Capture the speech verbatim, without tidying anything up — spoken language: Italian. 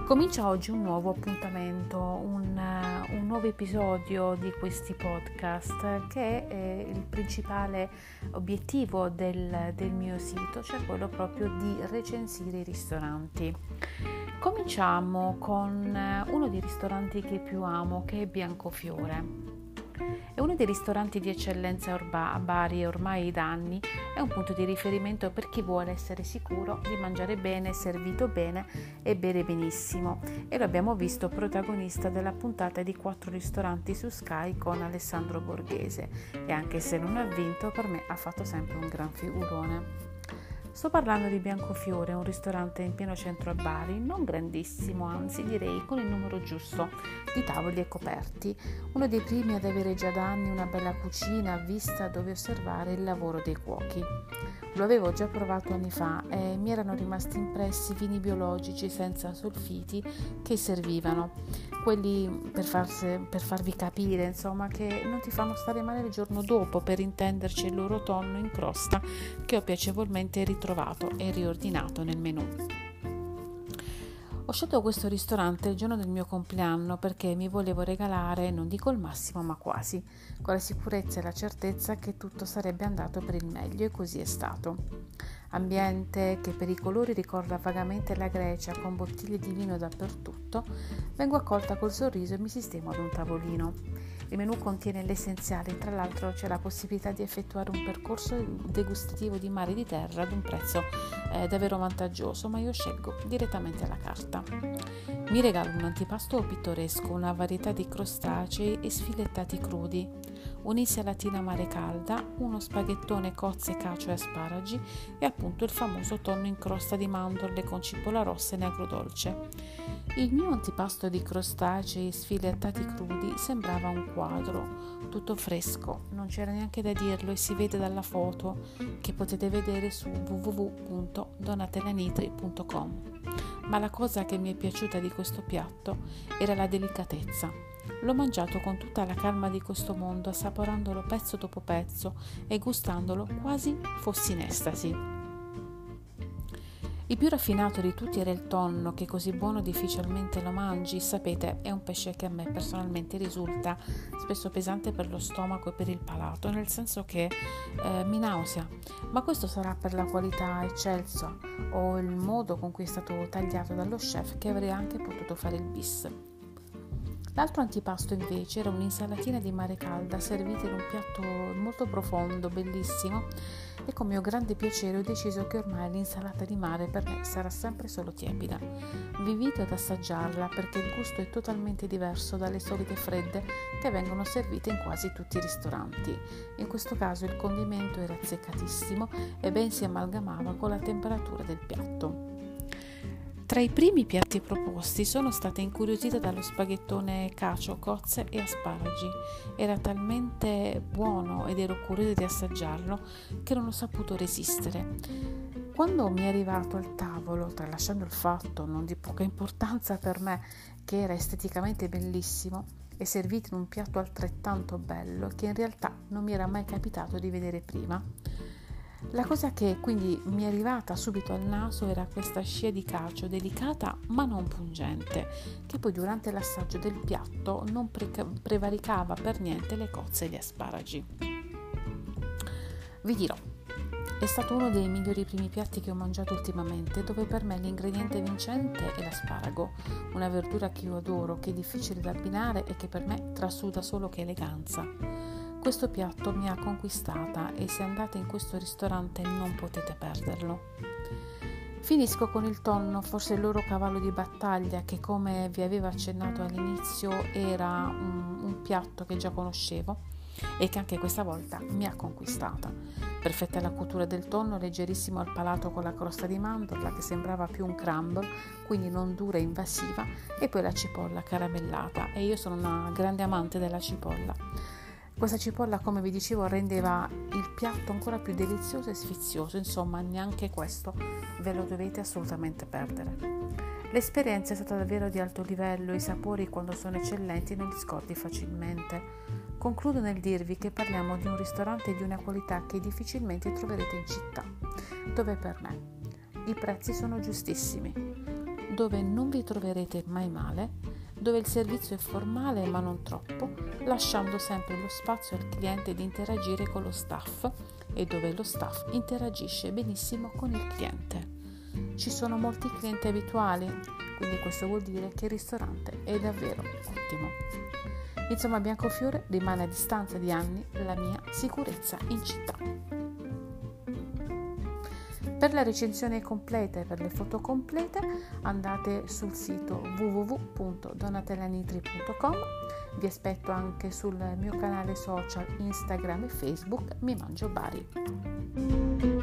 Comincia oggi un nuovo appuntamento, un, un nuovo episodio di questi podcast che è il principale obiettivo del, del mio sito, cioè quello proprio di recensire i ristoranti. Cominciamo con uno dei ristoranti che più amo, che è Biancofiore. È uno dei ristoranti di eccellenza a Bari ormai da anni, è un punto di riferimento per chi vuole essere sicuro di mangiare bene, servito bene e bere benissimo, e lo abbiamo visto protagonista della puntata di quattro ristoranti su Sky con Alessandro Borghese, e anche se non ha vinto, per me ha fatto sempre un gran figurone. Sto parlando di Biancofiore, un ristorante in pieno centro a Bari, non grandissimo, anzi direi con il numero giusto di tavoli e coperti, uno dei primi ad avere già da anni una bella cucina a vista dove osservare il lavoro dei cuochi. Lo avevo già provato anni fa e mi erano rimasti impressi vini biologici senza solfiti che servivano, quelli per, farse, per farvi capire, insomma, che non ti fanno stare male il giorno dopo, per intenderci il loro tonno in crosta che ho piacevolmente ritrovato e riordinato nel menù. Ho scelto questo ristorante il giorno del mio compleanno perché mi volevo regalare, non dico il massimo ma quasi, con la sicurezza e la certezza che tutto sarebbe andato per il meglio, e così è stato. Ambiente che per i colori ricorda vagamente la Grecia, con bottiglie di vino dappertutto, vengo accolta col sorriso e mi sistemo ad un tavolino. Il menù contiene l'essenziale, tra l'altro c'è la possibilità di effettuare un percorso degustativo di mare e di terra ad un prezzo eh, davvero vantaggioso, ma io scelgo direttamente alla carta. Mi regalo un antipasto pittoresco, una varietà di crostacei e sfilettati crudi, un'insalatina mare calda, uno spaghettone cozze, cacio e asparagi e appunto il famoso tonno in crosta di mandorle con cipolla rossa e agrodolce. Il mio antipasto di crostacei sfilettati crudi sembrava un quadro, tutto fresco, non c'era neanche da dirlo e si vede dalla foto che potete vedere su w w w punto donatellanitri punto com. Ma la cosa che mi è piaciuta di questo piatto era la delicatezza. L'ho mangiato con tutta la calma di questo mondo, assaporandolo pezzo dopo pezzo e gustandolo quasi fossi in estasi. Il più raffinato di tutti era il tonno, che così buono difficilmente lo mangi. Sapete, è un pesce che a me personalmente risulta spesso pesante per lo stomaco e per il palato, nel senso che eh, mi nausea, ma questo sarà per la qualità eccelsa o il modo con cui è stato tagliato dallo chef, che avrei anche potuto fare il bis. L'altro antipasto invece era un'insalatina di mare calda servita in un piatto molto profondo, bellissimo, e con mio grande piacere ho deciso che ormai l'insalata di mare per me sarà sempre solo tiepida. Vi invito ad assaggiarla perché il gusto è totalmente diverso dalle solite fredde che vengono servite in quasi tutti i ristoranti. In questo caso il condimento era azzeccatissimo e ben si amalgamava con la temperatura del piatto. Tra i primi piatti proposti sono stata incuriosita dallo spaghettone cacio, cozze e asparagi. Era talmente buono ed ero curiosa di assaggiarlo che non ho saputo resistere. Quando mi è arrivato al tavolo, tralasciando il fatto non di poca importanza per me che era esteticamente bellissimo e servito in un piatto altrettanto bello che in realtà non mi era mai capitato di vedere prima, la cosa che quindi mi è arrivata subito al naso era questa scia di cacio delicata ma non pungente, che poi durante l'assaggio del piatto non pre- prevaricava per niente le cozze e gli asparagi. Vi dirò, è stato uno dei migliori primi piatti che ho mangiato ultimamente, dove per me l'ingrediente vincente è l'asparago, una verdura che io adoro, che è difficile da abbinare e che per me trasuda solo che eleganza. Questo piatto mi ha conquistata e se andate in questo ristorante non potete perderlo. Finisco con il tonno, forse il loro cavallo di battaglia, che come vi avevo accennato all'inizio era un, un piatto che già conoscevo e che anche questa volta mi ha conquistata. Perfetta la cottura del tonno, leggerissimo al palato con la crosta di mandorla che sembrava più un crumble, quindi non dura e invasiva, e poi la cipolla caramellata, e io sono una grande amante della cipolla. Questa cipolla, come vi dicevo, rendeva il piatto ancora più delizioso e sfizioso, insomma neanche questo ve lo dovete assolutamente perdere. L'esperienza è stata davvero di alto livello, i sapori quando sono eccellenti non li scordi facilmente. Concludo nel dirvi che parliamo di un ristorante di una qualità che difficilmente troverete in città, dove per me i prezzi sono giustissimi. dove non vi troverete mai male, dove il servizio è formale ma non troppo, lasciando sempre lo spazio al cliente di interagire con lo staff e dove lo staff interagisce benissimo con il cliente. Ci sono molti clienti abituali, quindi questo vuol dire che il ristorante è davvero ottimo. Insomma, Biancofiore rimane a distanza di anni la mia sicurezza in città. Per la recensione completa e per le foto complete andate sul sito w w w punto donatellanitri punto com. Vi aspetto anche sul mio canale social Instagram e Facebook Mi Mangio Bari.